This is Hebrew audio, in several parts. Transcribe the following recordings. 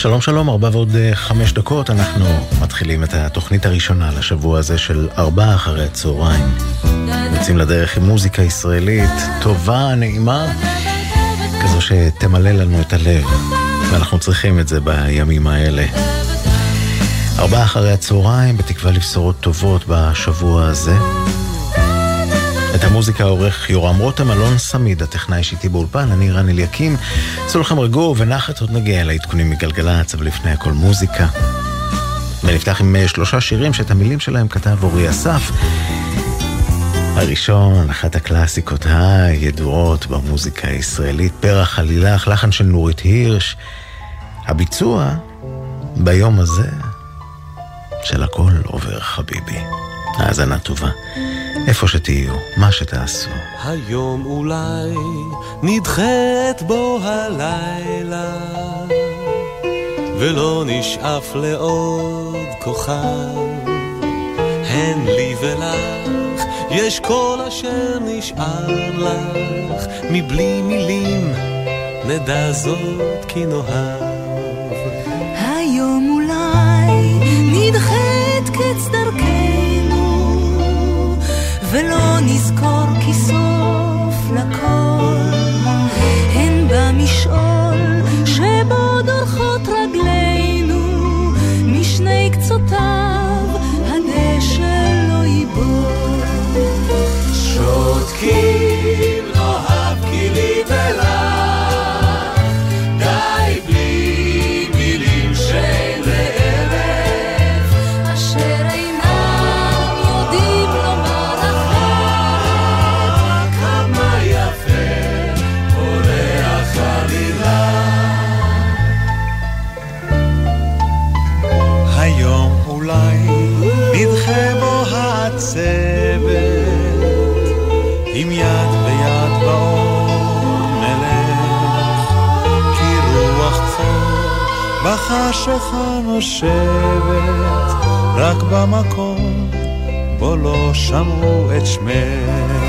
שלום שלום, 4:05, אנחנו מתחילים את התוכנית הראשונה לשבוע הזה של 4:00. יוצאים לדרך עם מוזיקה ישראלית טובה, נעימה, כזו שתמלא לנו את הלב, ואנחנו צריכים את זה בימים האלה. 4:00, בתקווה לבשורות טובות בשבוע הזה. את המוזיקה עורך יורם רותם, אלון סמיד, הטכנאי שיטי באולפן, אני רן אליקים. עשו לכם רגוע ונחת, עוד נגיע לעדכונים מגלגלצ, אבל לפני הכל מוזיקה. ונפתח עם 3 שירים שאת המילים שלהם כתב אורי אסף. הראשון, אחת הקלאסיקות הידועות במוזיקה הישראלית, פרח עלילך, לחן של נורית הירש. הביצוע ביום הזה של הכל עובר חביבי. האזנה טובה. איפה שתהיו, מה שתעשו. היום אולי נדחת בו הלילה, ולא נשאף לעוד כוכב. הן לי ולך, יש כל אשר נשאר לך, מבלי מילים נדע זאת כי נאהב. היום אולי נדחת קץ דרכנו, ולא נזכור כי סוף לכל. הן במשעול שבו דורכות רגלינו, משני קצותיו הדשא לא ייבול. שותקים נאהב כי לי ולך, די בלי מילים שאין לאלף, אשר אינם יודעים לומר אחרת. כמה יפה פורח עלילה. היום אולי נדחה בו העצבת, עם יד ביד באור נלך, כי רוח צור בחשכה נושבת, רק במקום בו לא שמעו את שמך.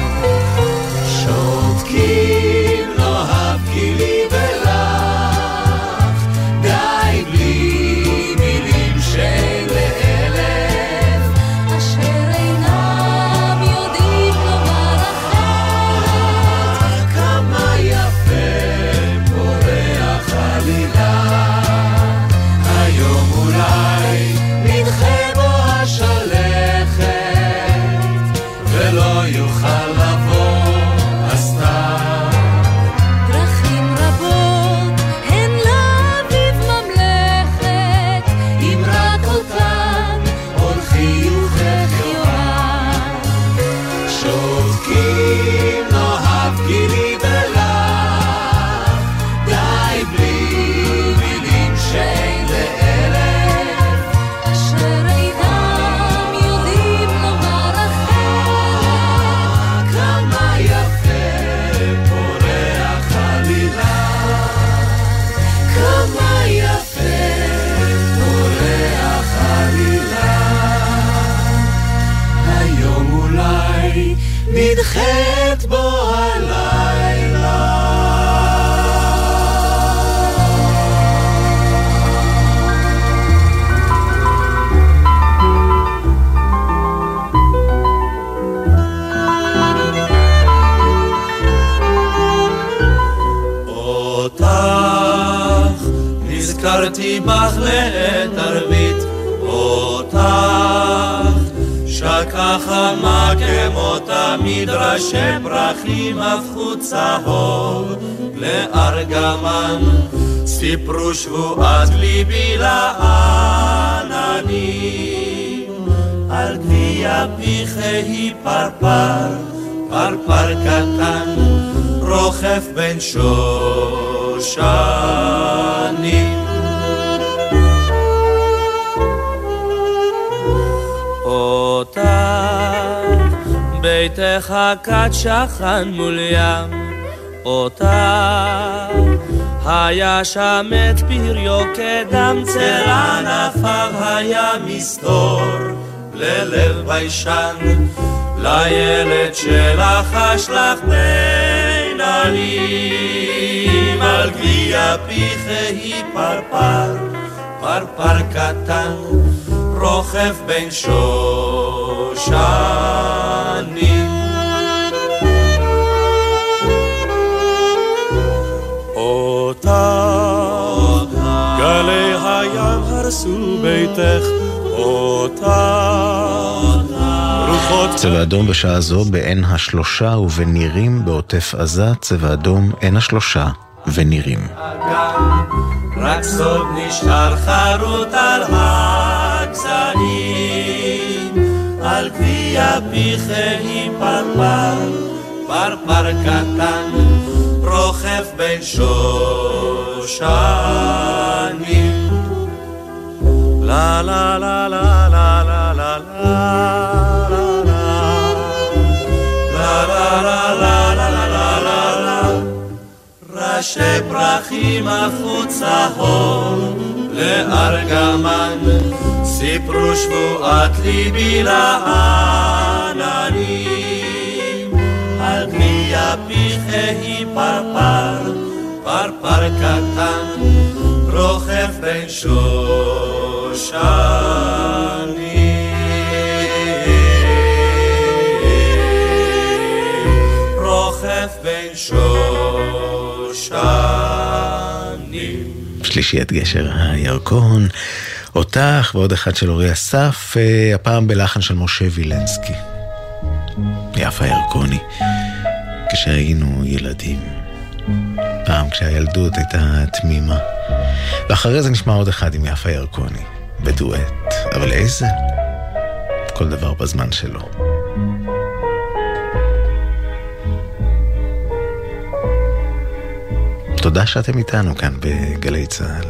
שותקים נאהב כי לי ולך, די בלי מילים שאין לאלף, אשר אינם יודעים לומר אחרת. כמה יפה פורח עלילה. היום אולי נדחה בו השלכת, ולא יוכל לבוא הסתיו. דרכים רבות הן לאביב ממלכת, אם רק אותן עוד חיוכך יאהב. שותקים נאהב כי לי ולך, די בלי מילים שאין לאלף, אשר אינם יודעים לומר אחרת. כמה יפה פורח עלילה. כמה יפה פורח עלילה. היום אולי נדחת בו הלילה. אותך נזכרתי בך לעת ערבית, אותך שקה חמה כמו תמיד, ראשי פרחים הפכו צהוב לארגמן, סיפרו שבועת ליבי לעננים. על גביע פיכי פרפר, פרפר קטן רוחף בין שושנים. אותך ביתך כת שכן מול ים, אותך היה שם את פריו כדם, צל ענפיו היה מסתור ללב ביישן, לילד שלך אשלח בין עלים. על גביע פיכי פרפר, פרפר קטן רוכב בין שושנים. אותה גלי הים הרסו ביתך, אותה רוחות... צבע אדום בשעה זו בעין השלושה ובנירים בעוטף עזה, צבע אדום עין השלושה ונירים. רק סוד נשאר חרוט על הגזעים, על גביע פיכי פרפר, פרפר קטן רוכב בין שושנים. לה לה לה לה לה לה לה ראשי פרחים עפו צהוב לארגמן, סיפרו שבועת ליבי לעננים, על גביע פיכי פרפר, פרפר קטן רוכב בין שושנים, רוכב בין שושנים. שלישיית גשר הירקון, אותך ועוד אחד של אורי אסף, הפעם בלחן של משה וילנסקי. יפה ירקוני, כשהיינו ילדים, פעם כשהילדות הייתה תמימה. ואחרי זה נשמע עוד אחד עם יפה ירקוני בדואט, אבל איזה? כל דבר בזמן שלו. תודה שאתם איתנו כאן בגלי צהל.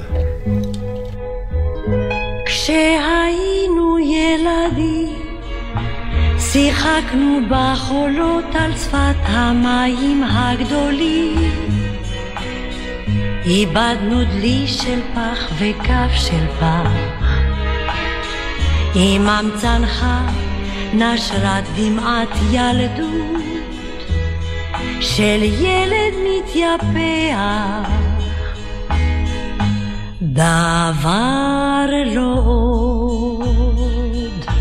כשהיינו ילדים שיחקנו בחולות על שפת המים הגדולים, איבדנו דלי של פח וכף של פח, אמם צנחה נשרה דמעת ילדות של ילד מתייפח, דבר לא עוד,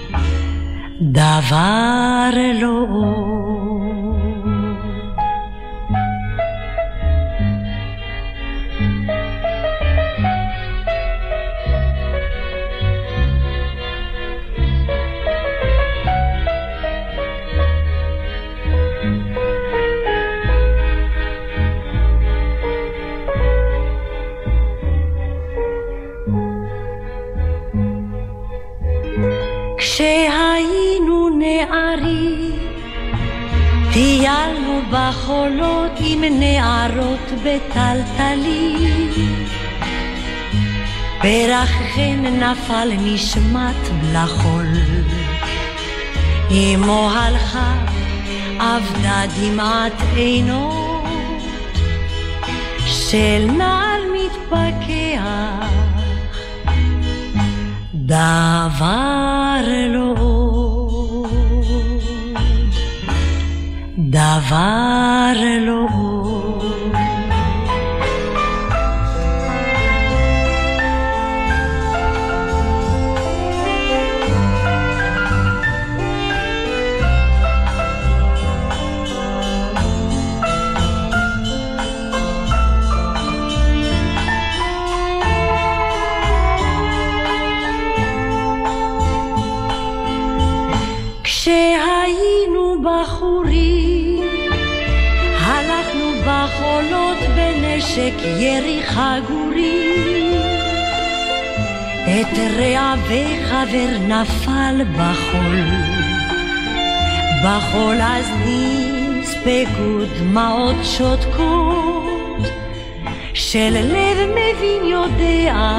דבר לא עוד. כשהיינו נערים טיילנו בחולות עם נערות בטלטלים, פרחכן נפל נשמת בלחול, אמו הלכה עבדה דמעת עינות של נער מתפקח, דבר לא עוד, דבר לא עוד. כשהיינו בחורים הלכנו בחולות בנשק ירי חגורים, את רע וחבר נפל בחול, בחול אז נספגו דמעות שותקות של לב מבין יודע,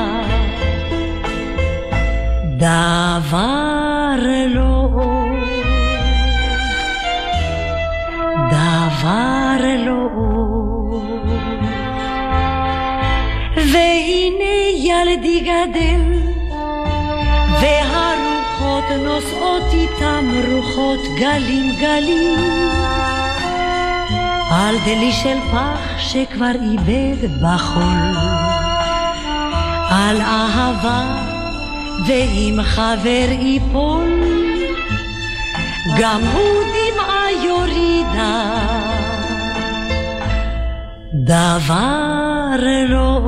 דבר לא עוד, דבר לא עוד. והנה ילדי גדל והרוחות נוסעות איתם רוחות גלים גלים, על דלי של פח שכבר איבד בחול, על אהבה ואם חבר ייפול גם הוא דמעה יורידה דבר לא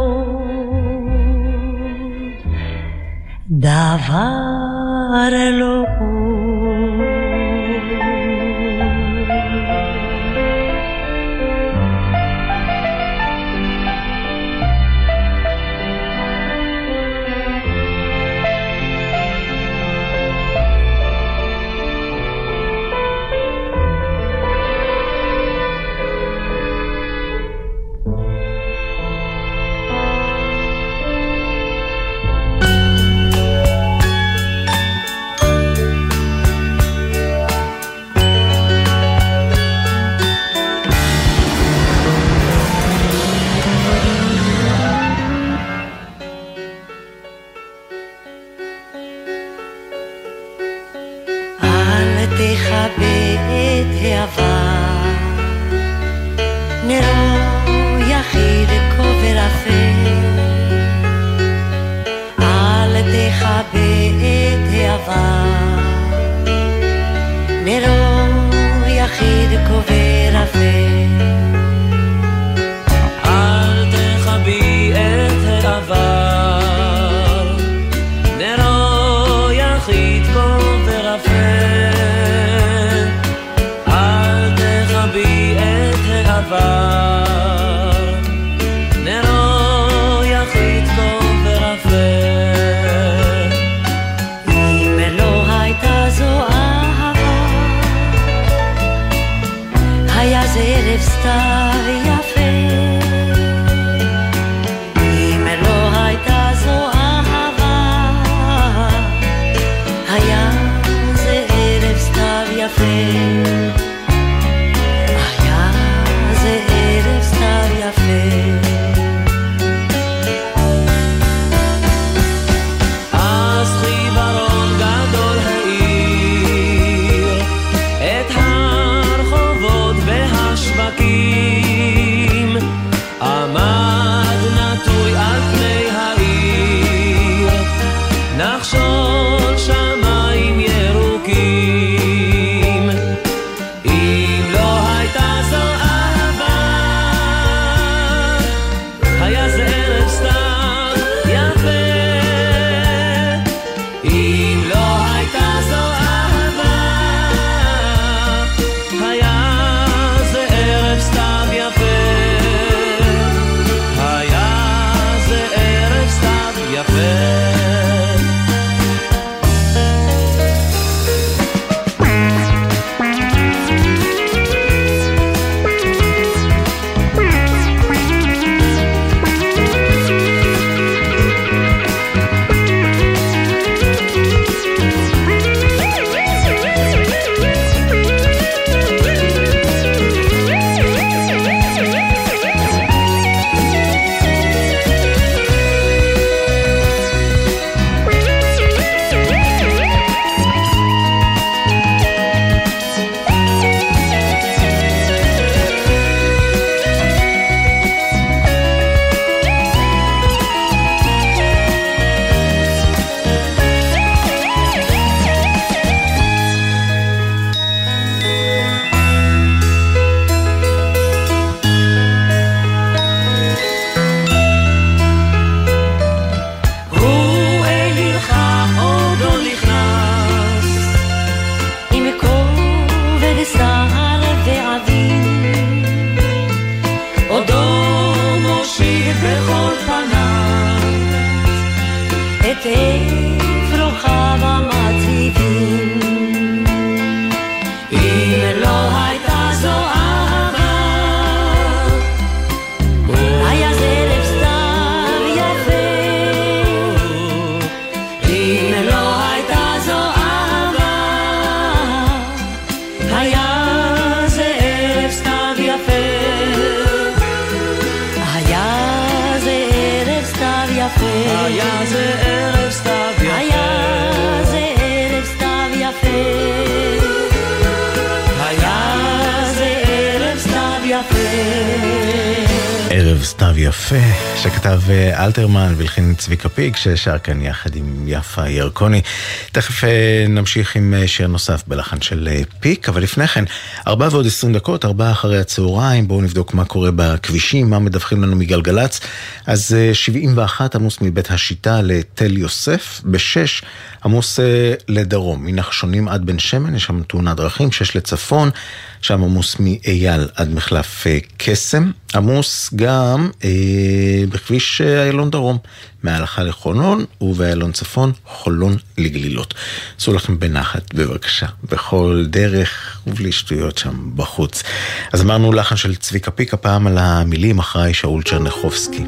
סתיו יפה, שכתב אלתרמן ולחין צביקה פיק, ששר כאן יחד עם יפה ירקוני. תכף נמשיך עם שיר נוסף בלחן של פיק, אבל לפני כן, 4:20, 4 אחרי הצהריים, בואו נבדוק מה קורה בכבישים, מה מדווחים לנו מגלגלץ. אז 71 עמוס מבית השיטה לתל יוסף, ב6 עמוס לדרום, מנחשונים עד בן שמן, יש שם תאונת דרכים, 6 לצפון, שם עמוס מאייל עד מחלף קסם, עמוס גם בכביש איילון דרום, מהלכה לחולון, ובאיילון צפון, חולון לגלילות. עשו לכם בנחת, בבקשה, בכל דרך ובלי שטויות שם בחוץ. אז אמרנו לחן של צביקה פיק, הפעם על המילים אחראי שאול צ'רניחובסקי.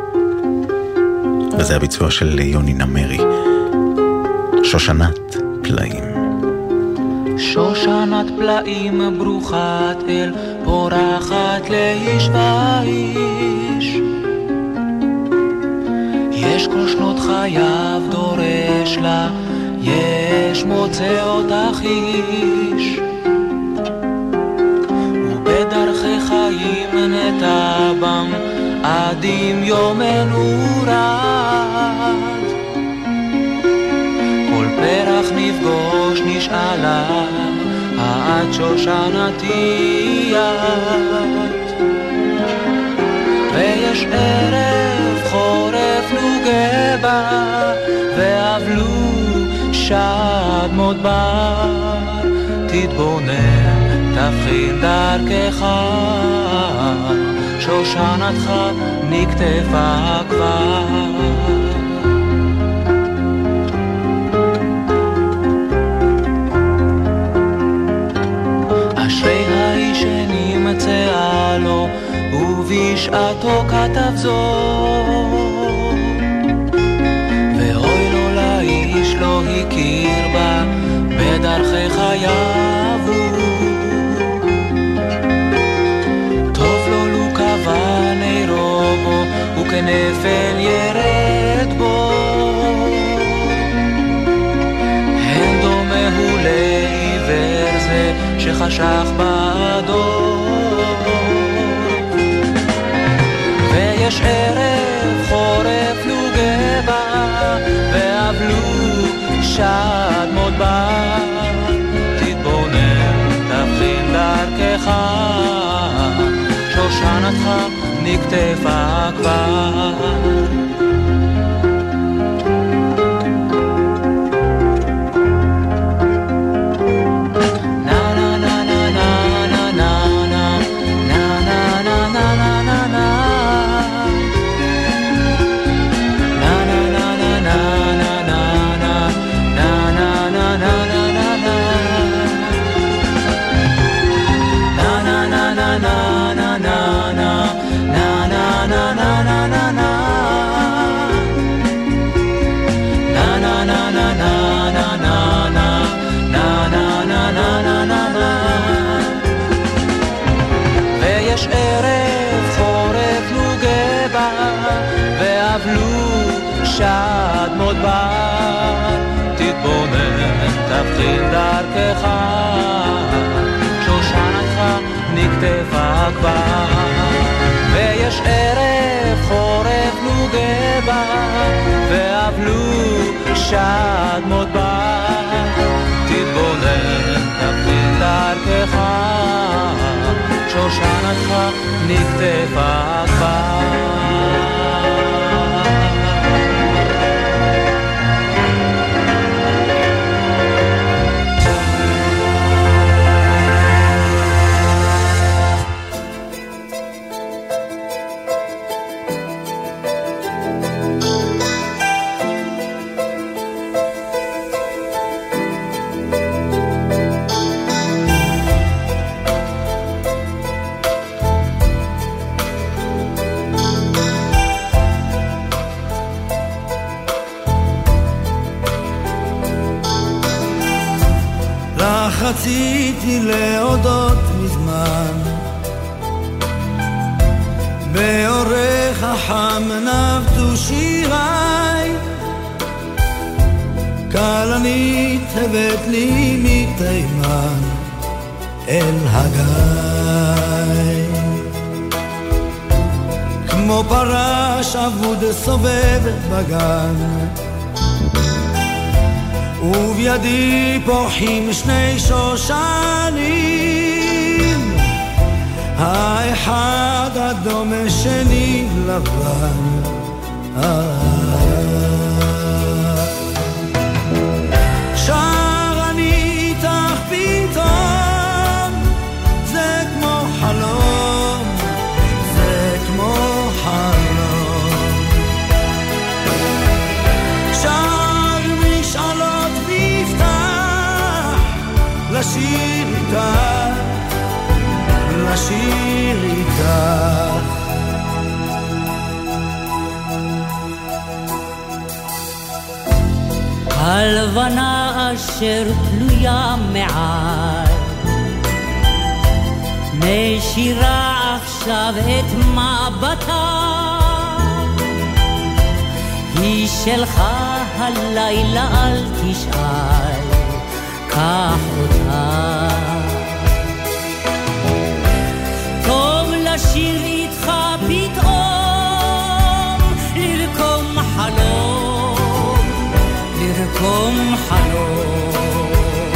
וזה הביצוע של יוני נמרי. שושנת פלאים. שושנת פלאים ברוכת אל, פורחת לאיש ואיש. יש כל שנות חייו דורש לה, יש מוצא אותך איש. ובדרכי חיים נטע בם, עדים יומנו רד. כל פרח נפגוש נשאלה, העד שושנתי את. ויש ערב חורף נוגבה, ואבלו שד מודבר. תתבונן, תבחין דרכך, שושנתך נקטפה כבר. אשרי האיש שנמצאה לו, ובשעתו כתב זאת. ואוי לו לאיש לא הכיר בה, בדרכי חייו. טוב לו לו קבע נרו בו, וכנפל ירד בו. הן דומה הוא לעיוור זה, שחשך בעדו. ויש ערב חורף נוגבה, ואבלו שד מודבר. תתבונן, תבחין דרכך, שושנתך נקטפה כבר. שד מודבר. תתבונן, תבחין דרכך, שושנתך נקטפה כבר. ויש ערב חורף נוגבה, ואבלו שד מודבר. תתבונן, תבחין דרכך, שושנתך נקטפה כבר. רציתי להודות מזמן, באורך החם נבטו שיריי, כלנית הבאת לי מתימן אל הגיא. כמו פרש אבוד סובב בגן, ובידי פורחים שני שושנים, האחד אדום השני לבן. שר אני איתך פתאום, זה כמו חלום, זה כמו חלום. שר משאלות ויפתח, לשיר איתך, לשיר איתך. הלבנה אשר תלויה מעל, נשירה עכשיו את מבטה, היא שלך הלילה אל תשאל, קח אותה. טוב לשיר איתך פתאום, לרקום חלום, לרקום חלום.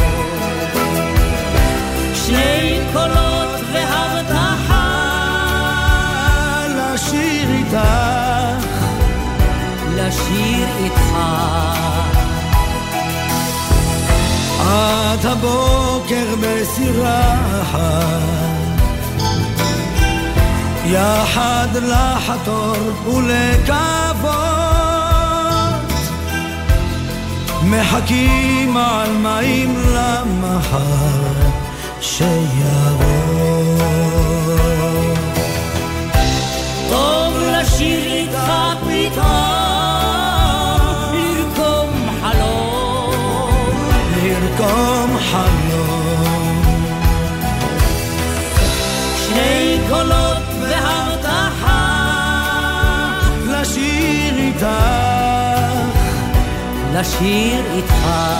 שני קולות והבטחה, לשיר איתך, לשיר איתך. עד הבוקר בסירה יחד לחתור ולקוות, מחכים על מים למחר שיבוא. טוב לשיר איתך פתאום, לרקום חלום, לרקום חלום. שני קולות והבטחה, לשיר איתך, לשיר איתך.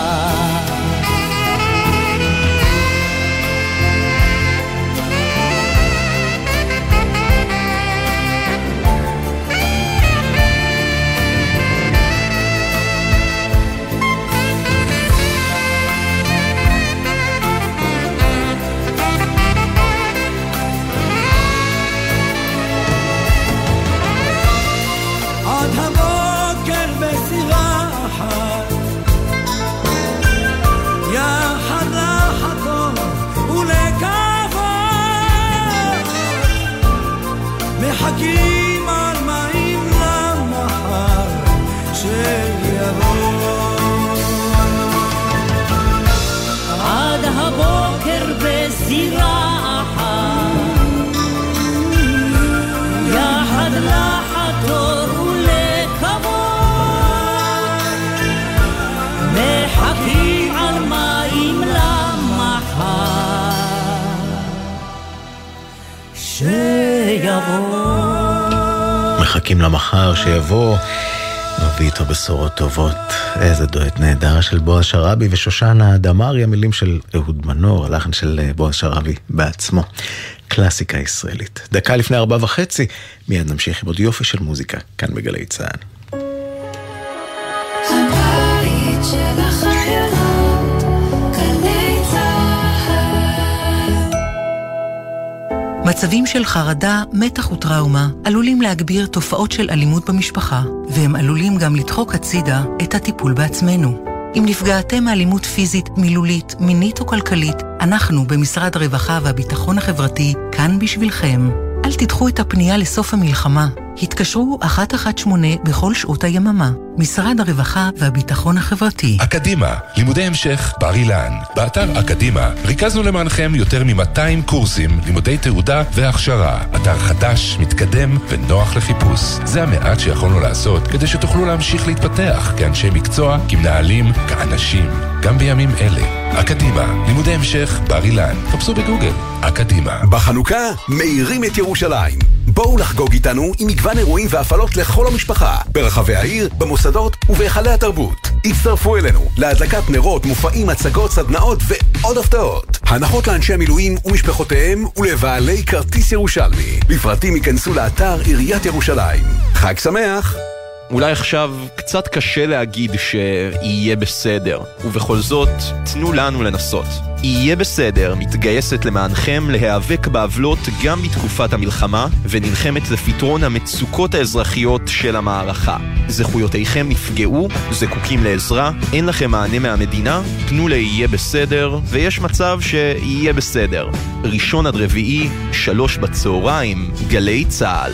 עד הבוקר בסירה אחת, יחד לחתור ולקוות, מחכים על מים למחר שיבוא. עד הבוקר בסירה אחת, יחד לחתור ולקוות, מחכים על מים למחר שיבוא. מחכים למחר שיבוא, נביא איתו בשורות טובות. איזה דואט נהדר של בועז שרעבי ושושנה דמארי, המילים של אהוד מנור, הלחן של בועז שרעבי בעצמו. קלאסיקה ישראלית. דקה לפני 4:30, מיד נמשיך עם עוד יופי של מוזיקה, כאן בגלי צה"ל. הבית של החיילות, גלי צה"ל. מצבים של חרדה, מתח וטראומה עלולים להגביר תופעות של אלימות במשפחה, והם עלולים גם לדחוק הצידה את הטיפול בעצמנו. אם נפגעתם מאלימות פיזית, מילולית, מינית או כלכלית, אנחנו במשרד הרווחה והביטחון החברתי כאן בשבילכם. אל תדחו את הפנייה לסוף המלחמה. התקשרו 118 בכל שעות היממה. משרד הרווחה והביטחון החברתי. אקדימה, לימודי המשך בר אילן. באתר אקדימה ריכזנו למענכם יותר מ-200 קורסים, לימודי תעודה והכשרה. אתר חדש, מתקדם ונוח לחיפוש. זה המעט שיכולנו לעשות כדי שתוכלו להמשיך להתפתח כאנשי מקצוע, כמנהלים, כאנשים. גם בימים אלה. אקדימה, לימודי המשך בר אילן. חפשו בגוגל. אקדימה. בחנוכה מאירים את ירושלים. בואו לחגוג איתנו עם מגוון אירועים והפעלות לכל המשפחה, ברחבי העיר, במוסדות ובהיכלי התרבות. הצטרפו אלינו להדלקת נרות, מופעים, הצגות, סדנאות ועוד הפתעות. הנחות לאנשי המילואים ומשפחותיהם ולבעלי כרטיס ירושלמי. לפרטים ייכנסו לאתר עיריית ירושלים. חג שמח! אולי עכשיו קצת קשה להגיד שיהיה בסדר, ובכל זאת תנו לנו לנסות. יהיה בסדר מתגייסת למענכם להיאבק בעוולות גם בתקופת המלחמה, ונלחמת לפתרון המצוקות האזרחיות של המערכה. זכויותיכם נפגעו, זקוקים לעזרה, אין לכם מענה מהמדינה, פנו ליהיה בסדר, ויש מצב שיהיה בסדר. 1 עד 4, 3 בצהריים, גלי צהל.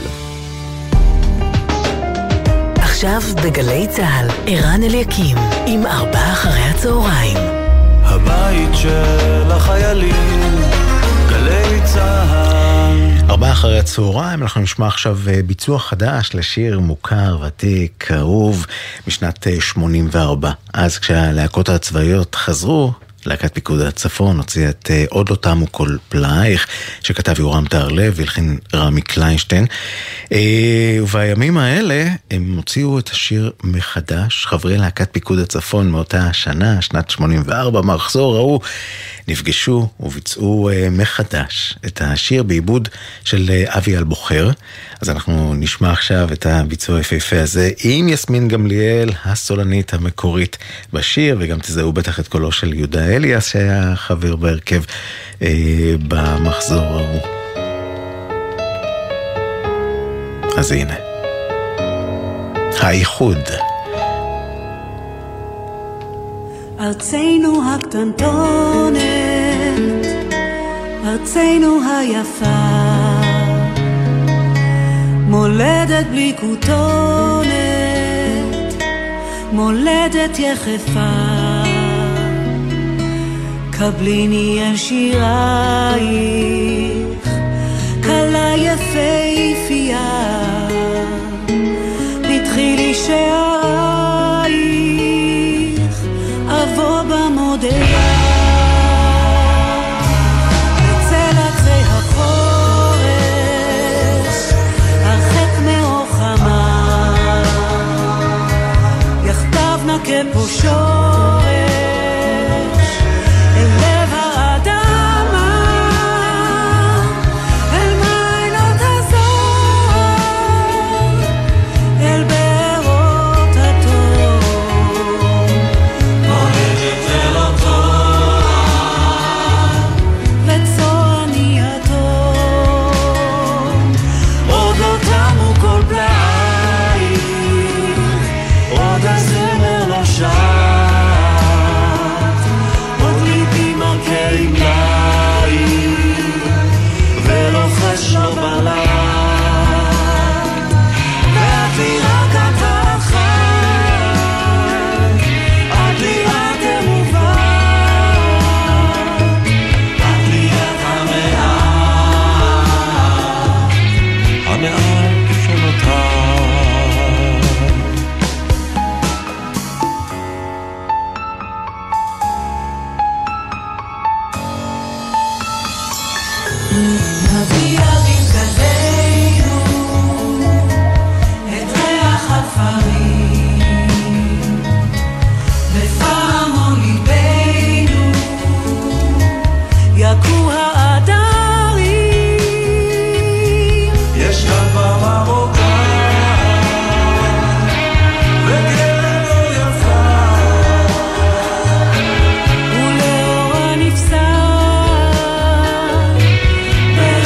עכשיו בגלי צהל, ערן אליקים, עם 4 אחרי הצהריים. הבית של החיילים, גלי צהל. 4 אחרי הצהריים, אנחנו נשמע עכשיו ביצוע חדש לשיר מוכר, ותיק, כאוב, משנת 84. אז כשהלהקות הצבאיות חזרו, להקת פיקוד הצפון הוציאה את עוד לא תמו כל פלאייך, שכתב יורם טהרלב והלחין רמי קליינשטיין. ובימים האלה הם הוציאו את השיר מחדש. חברי להקת פיקוד הצפון מאותה שנה, שנת 84, מחזור ההוא, נפגשו וביצעו מחדש את השיר בעיבוד של אבי אלבוחר. אז אנחנו נשמע עכשיו את הביצוע היפהפה הזה עם יסמין גמליאל, הסולנית המקורית בשיר, וגם תזהו בטח את קולו של יהודה אליאס שהיה חבר בהרכב במחזור ההוא. אז הנה, האיחוד. ארצנו הקטנטונת, ארצנו היפה, מולדת בלי כותונת, מולדת יחפה, קבליני אל שירייך, קלה יפהפייה, פתחי לי שערייך, אבוא במודעה, בצל עצי החורש, הרחק מאוחמה, יחדיו נקה פה שורש, אל לב האדמה, אל מעיינות הזוהר, אל בארות התור, מולדת אל התורה, וצוענייתו, עוד לא תמו כל פלאייך, עוד הזמר לא שט, עוד ליבי מכה רגלייך, ולוחש לא בלט, ואת לי רק את האחת, את לי את המובן, את לי את המעט שנותר. נביא על בגדינו את ריח התפרים, בפעמון ליבנו יכו העדרים. יש כאן במרוקה וגרנו יפה, ולאור הנפסע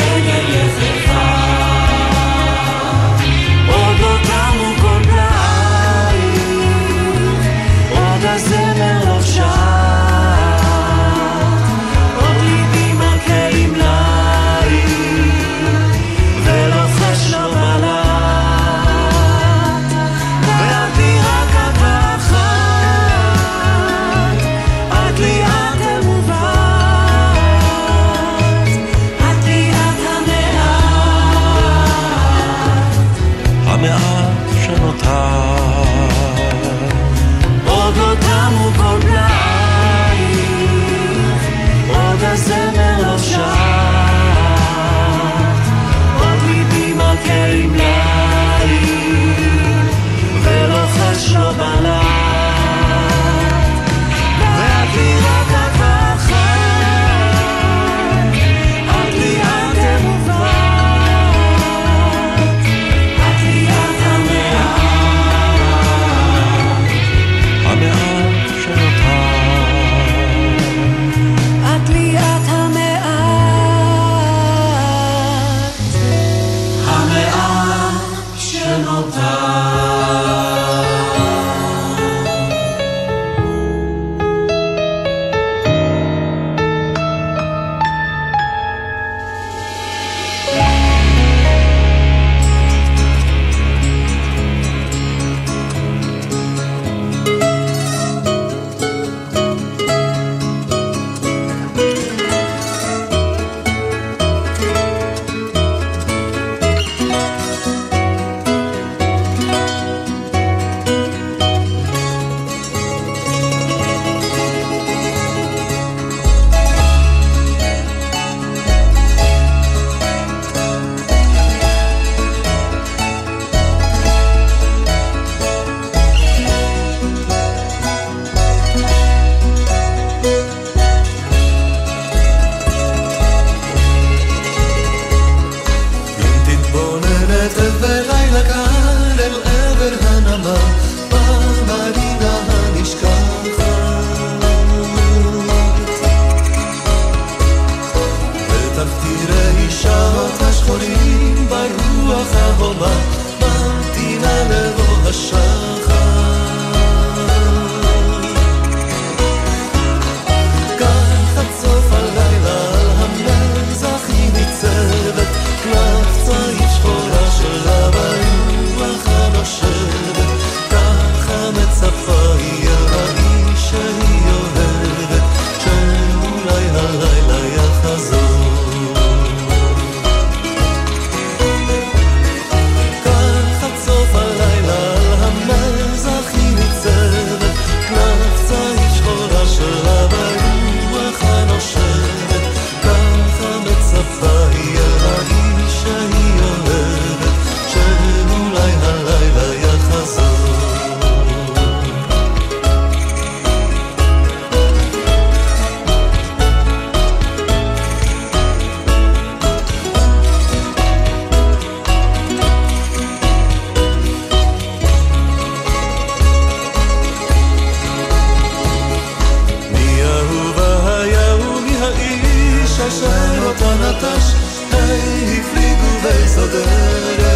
כאשר אותה נטש הפליגו ויסודרת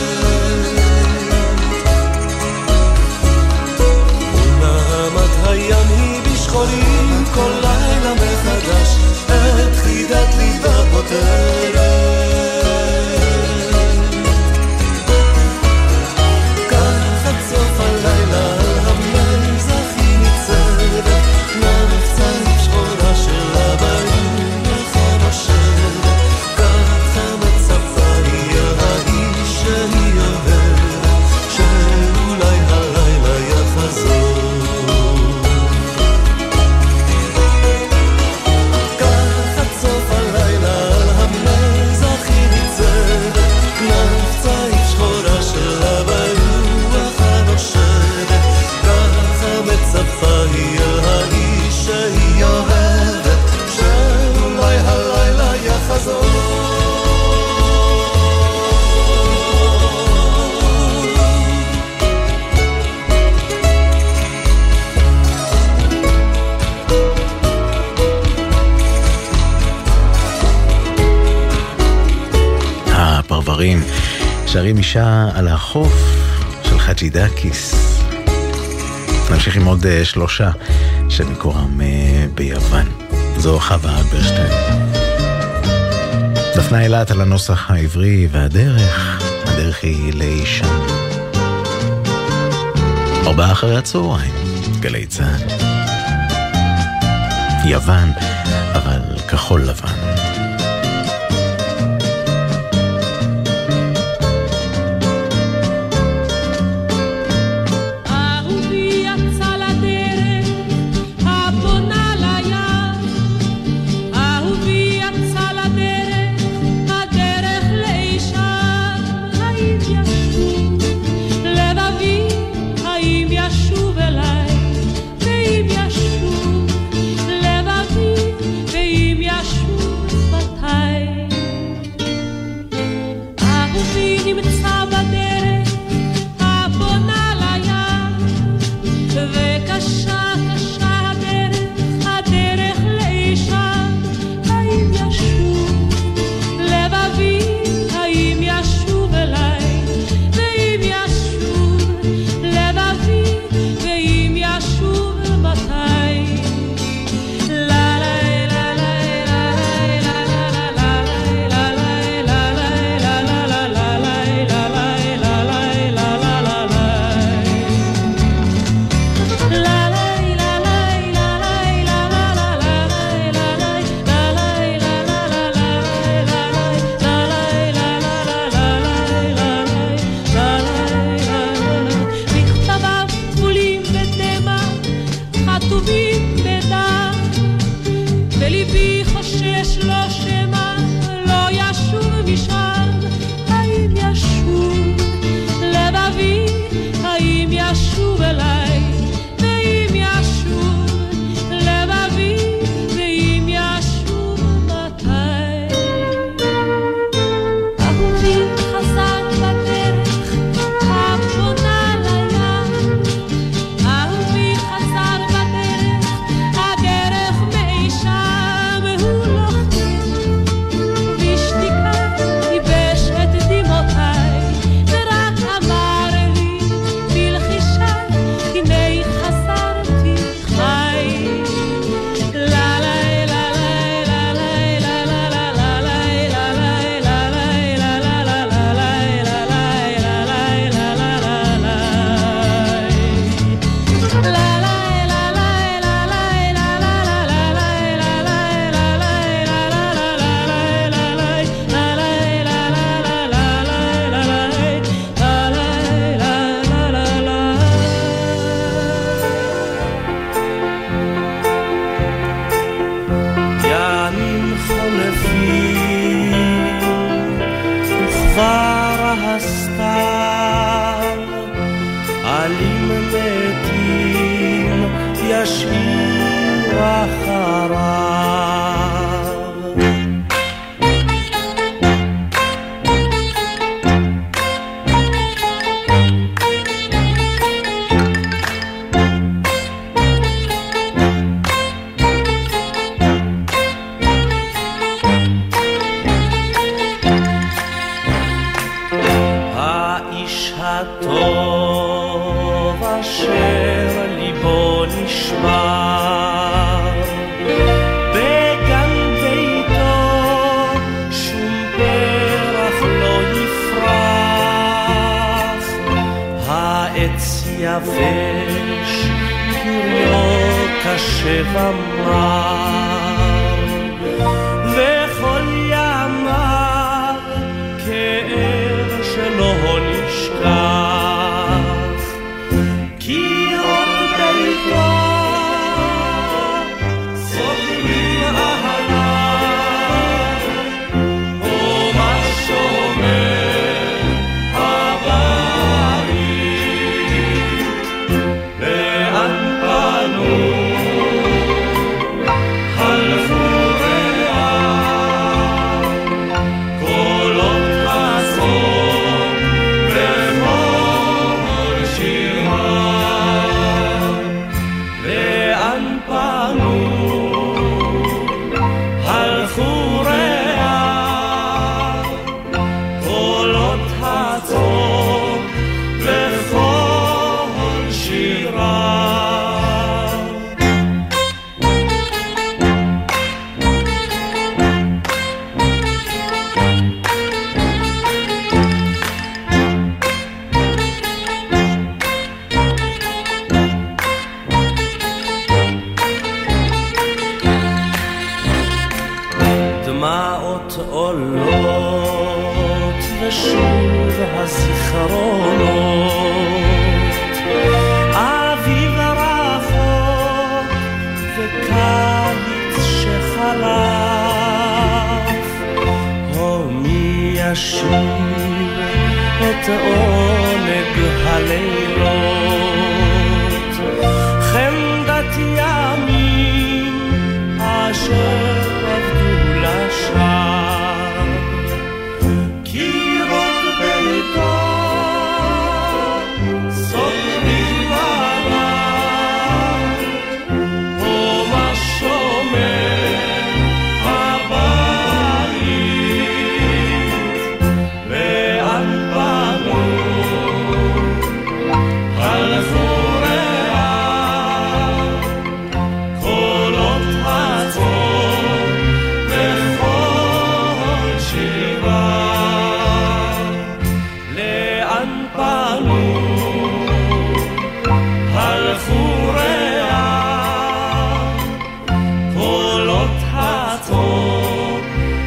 ונעמת הים היא בשחורים כל לילה מחדש את חידת ליבה פותרת כך עד סוף הלילה על המזרח היא ניצבת נפצה שחורה שלה ברוח הנושבת ככה מצפה היא האיש שהיא אוהבת שאולי הלילה יחזור הפרברים שרים אישה על החוף של חג'י דקיס. נמשיך עם עוד 3 שמקורם ביוון. זו חווה אלברשטיין. דפנה אילת על הנוסח העברי והדרך היא לאישן. 4 אחרי הצהריים, גלי צהל. יוון, אבל כחול לבן. יבש, קריו קשה ומר, וכל ימיו כאב שלא נשכח, כי עוד ביתו סוגרים אהלה, ומה שומר הבית, לאן פנו הלכו רעם, קולות הסוף וכל שירם, לאן פנו הלכו רעם, קולות הסוף וכל שירם. דמעות עולות ושוב הזיכרונות, אביב רחוק וקיץ שחלף, מי ישיב את עונג הלילות, חמדת ימים אשר עבדו לשווא, קירות ביתו סוגרים עליו, ומה שומר הבית, לאן פנו הלכו רעם, קולות הצאן וכל שירם, לאן פנו הלכו רעם, קולות הצאן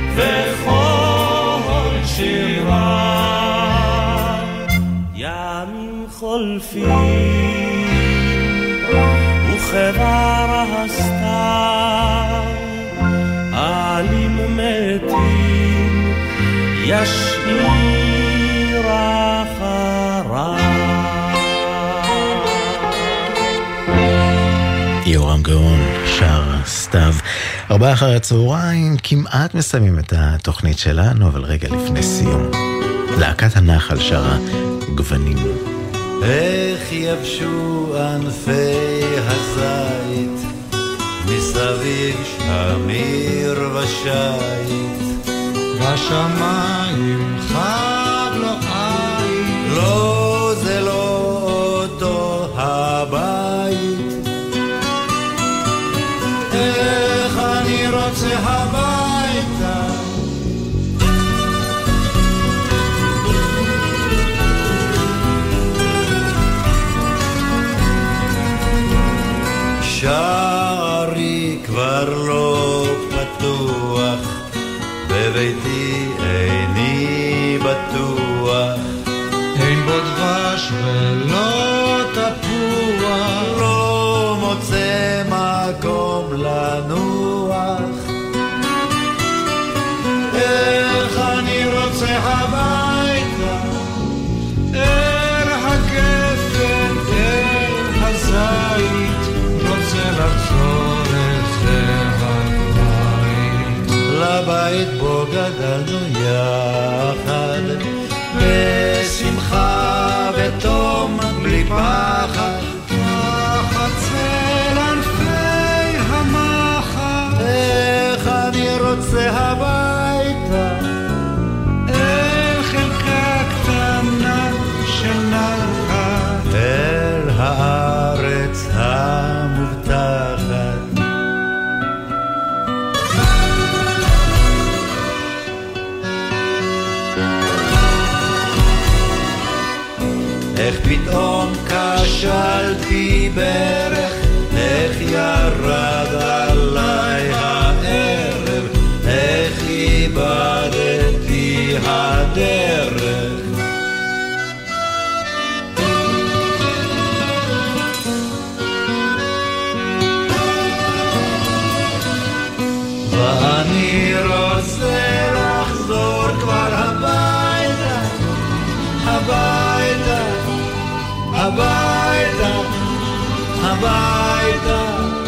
וכל שירם. ימים חולפים וכבר הסתיו, עלים מתים ישאיר אחריו. יורם גאון שר סתיו. 4 אחרי הצהריים, כמעט מסיימים את התוכנית שלנו, אבל רגע לפני סיום, להקת הנחל שרה גוונים. איך יבשו ענפי הזית, מסביב שמיר ושית, בשמיים חג לא עין, לא זה לא אותו הבית, איך אני רוצה הביתה, שערי כבר לא פתוח, בביתי איני בטוח, אין בו דבש ולא תפוח, לא מוצא מקום לנוח, איך אני רוצה הביתה, אל הגפן, אל הזית, רוצה לחזור לזה הבית, לבית בו גדלנו יחד, בשמחה ותום בלי פחד, תחת צל ענפי המחר, איך אני רוצה הביתה, אל חלקה קטנה של נחת, אל הארץ המובטחת. איך פתאום קשה שלתי ברך, איך ירד עליי הערב, איך איבדתי הדרך. ואני רוצה לחזור כבר הביתה, הביתה, הביתה, הביתה.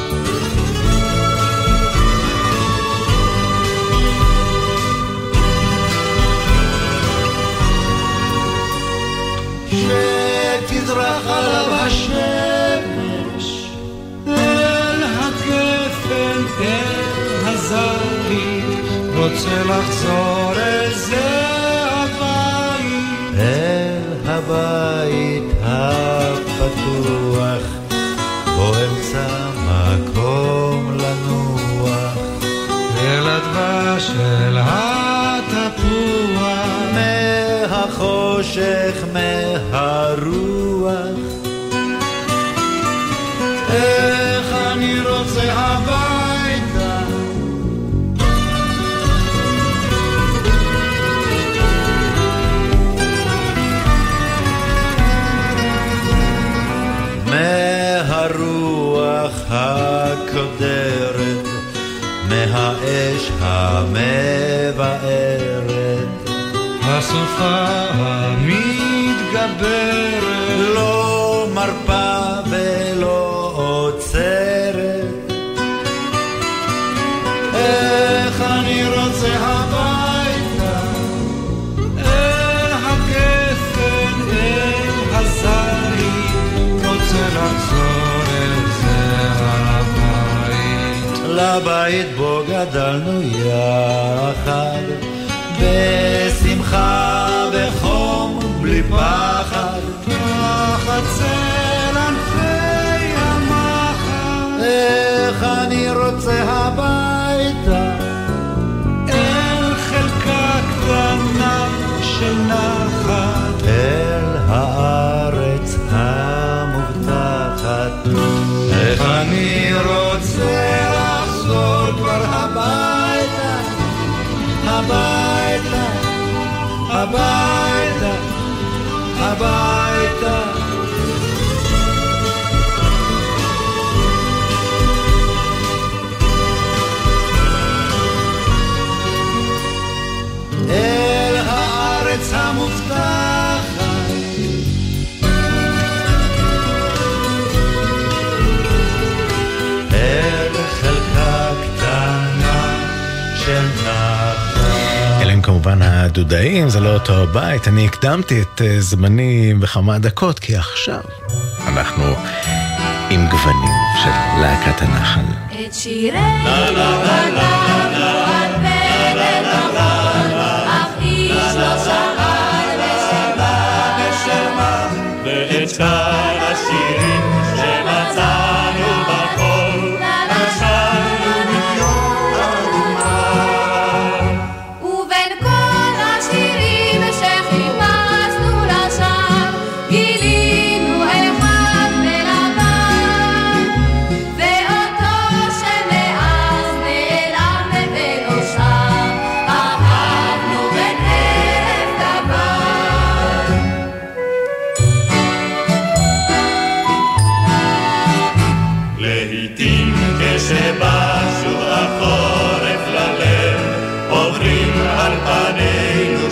שתזרח עליו השמש, אל הגפן, אל הזית, רוצה לחזור אל זה הבית, אל הבית הפתוח, בו אמצע מקום לנוח, אל הדבש של התפוח, מהחושך מהרוח, איך אני רוצה הביתה, מהרוח הקודרת, מהאש המבארת, הסופה המתגברת, לא מרפה ולא עוצרת, איך אני רוצה הביתה, אל הגפן, אל הזית, רוצה לחזור אל זה הבית, לבית בו גדלנו יחד, בשמחה וחום בלי פחד, תחת צל ענפי המחר, איך אני רוצה הביתה, אל חלקה קטנה של נחת, אל הארץ המובטחת, איך אני רוצה לחזור כבר הביתה, הביתה, הביתה, הביתה. אל הארץ המובטחת, אל חלקה קטנה של נחת. אלה הם כמובן הדודאים, זה לא אותו הבית. אני הקדמתי את זמני בכמה דקות, כי עכשיו אנחנו עם גוונים של להקת הנחל. את שירנו כתבנו על פני נכון, אף איש לא שאל בשמה, ואת שאר השירים שמצאנו בחול, נשרנו מיום אדומה. ובין כל השירים שחיפשנו לשווא, גילינו אחד ולבן, ואותו שמאז נעלם ולא שב, אהבנו בין ערב גבן. לעתים כשבא שוב החורף ללב, עוברים על פנינו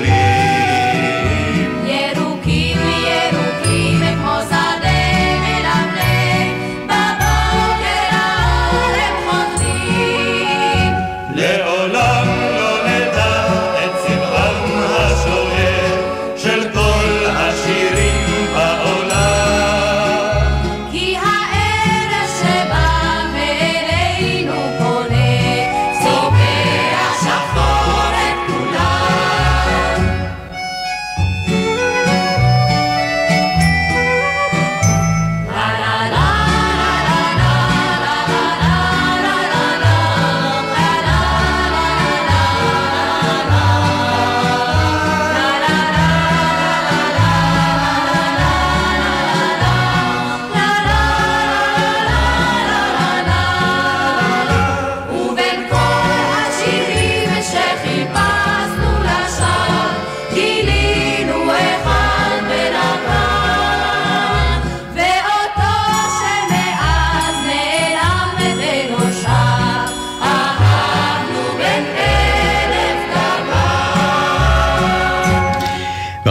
שירים ירוקים ירוקים כמו שדה מלבלב, בבוקר האור הם חוזרים. לעולם לא נדע את צבעם השואר של כל השירים בעולם, כי הערב שבא ואלינו פונה, צובע שחור את כולם.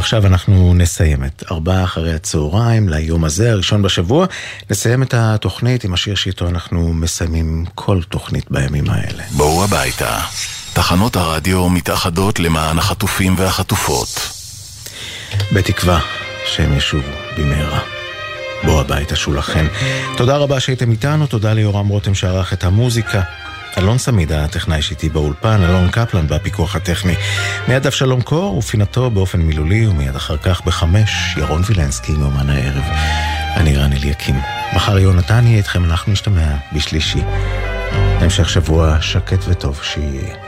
ועכשיו אנחנו נסיים את 4 אחרי הצהריים ליום הזה, הראשון בשבוע. נסיים את התוכנית עם השיר שאיתו אנחנו מסיימים כל תוכנית בימים האלה. בואו הביתה. תחנות הרדיו מתאחדות למען החטופים והחטופות. בתקווה שהם ישובו במהרה. בואו הביתה שולחן. תודה רבה שהייתם איתנו, תודה ליורם רותם שערך את המוזיקה. אלון סמיד, הטכנאי שאיתי באולפן, אלון קפלן בפיקוח הטכני. מיד אבשלום קור ופינתו באופן מילולי, ומיד אחר כך ב5, ירון וילנסקי מאומן הערב. אני רן אליקים. מחר יונתן יהיה איתכם, אנחנו נשתמע בשלישי. המשך שבוע שקט וטוב שיהיה.